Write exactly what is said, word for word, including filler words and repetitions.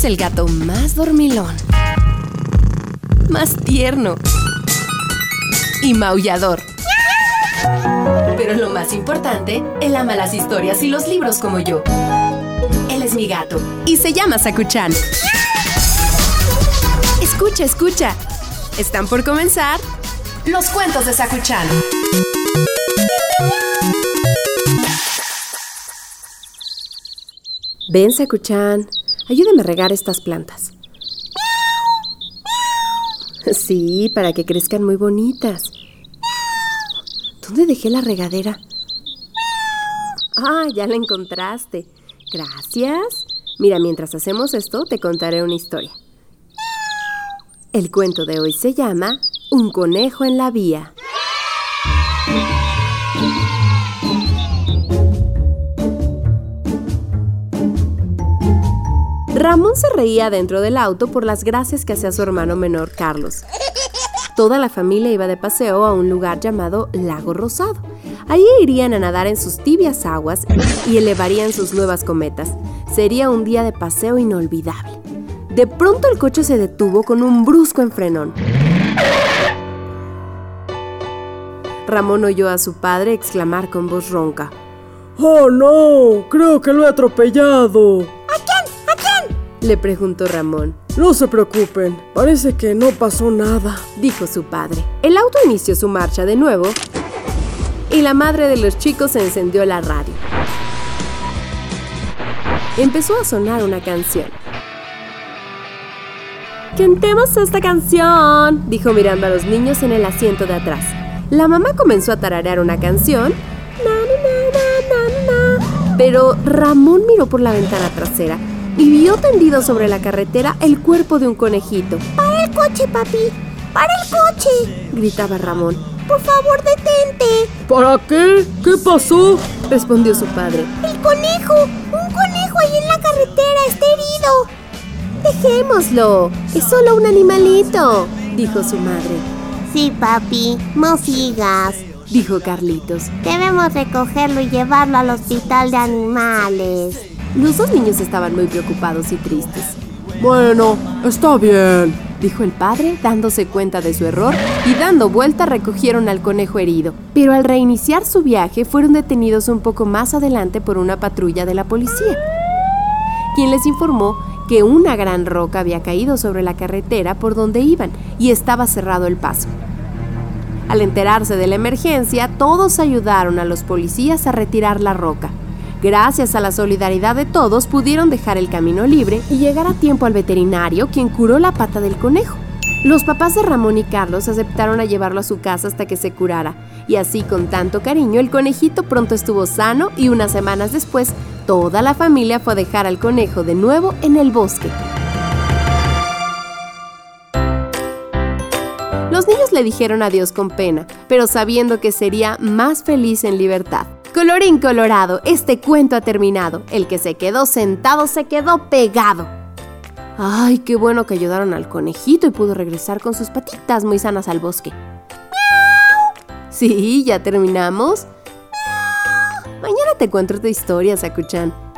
es el gato más dormilón, más tierno y maullador. Pero lo más importante, él ama las historias y los libros como yo. Él es mi gato y se llama Saku-chan. Escucha, escucha. Están por comenzar los cuentos de Saku-chan. Ven, Saku-chan, ayúdame a regar estas plantas. Sí, para que crezcan muy bonitas. ¿Dónde dejé la regadera? Ah, ya la encontraste. Gracias. Mira, mientras hacemos esto, te contaré una historia. El cuento de hoy se llama Un conejo en la vía. Ramón se reía dentro del auto por las gracias que hacía su hermano menor, Carlos. Toda la familia iba de paseo a un lugar llamado Lago Rosado. Allí irían a nadar en sus tibias aguas y elevarían sus nuevas cometas. Sería un día de paseo inolvidable. De pronto el coche se detuvo con un brusco enfrenón. Ramón oyó a su padre exclamar con voz ronca: ¡Oh, no! Creo que lo he atropellado. ¿A quién? ¿A quién? Le preguntó Ramón. No se preocupen, parece que no pasó nada, dijo su padre. El auto inició su marcha de nuevo y la madre de los chicos encendió la radio. Empezó a sonar una canción. «Cantemos esta canción», dijo mirando a los niños en el asiento de atrás. La mamá comenzó a tararear una canción, na, na, na, na, na, pero Ramón miró por la ventana trasera y vio tendido sobre la carretera el cuerpo de un conejito. ¡Para el coche, papi! ¡Para el coche!, gritaba Ramón. ¡Por favor, detente! ¿Para qué? ¿Qué pasó?, respondió su padre. ¡El conejo! ¡Un conejo ahí en la carretera! ¡Está herido! ¡Dejémoslo! ¡Es solo un animalito!, dijo su madre. Sí, papi, no sigas, dijo Carlitos. Debemos recogerlo y llevarlo al hospital de animales. Los dos niños estaban muy preocupados y tristes. Bueno, está bien, dijo el padre, dándose cuenta de su error, y dando vuelta recogieron al conejo herido. Pero al reiniciar su viaje fueron detenidos un poco más adelante por una patrulla de la policía, quien les informó que una gran roca había caído sobre la carretera por donde iban y estaba cerrado el paso. Al enterarse de la emergencia, todos ayudaron a los policías a retirar la roca. Gracias a la solidaridad de todos, pudieron dejar el camino libre y llegar a tiempo al veterinario, quien curó la pata del conejo. Los papás de Ramón y Carlos aceptaron a llevarlo a su casa hasta que se curara, y así con tanto cariño el conejito pronto estuvo sano y unas semanas después toda la familia fue a dejar al conejo de nuevo en el bosque. Los niños le dijeron adiós con pena, pero sabiendo que sería más feliz en libertad. Colorín colorado, este cuento ha terminado. El que se quedó sentado se quedó pegado. Ay, qué bueno que ayudaron al conejito y pudo regresar con sus patitas muy sanas al bosque. ¡Miau! Sí, ya terminamos. ¡Miau! Mañana te cuento otra historia, Saku-chan.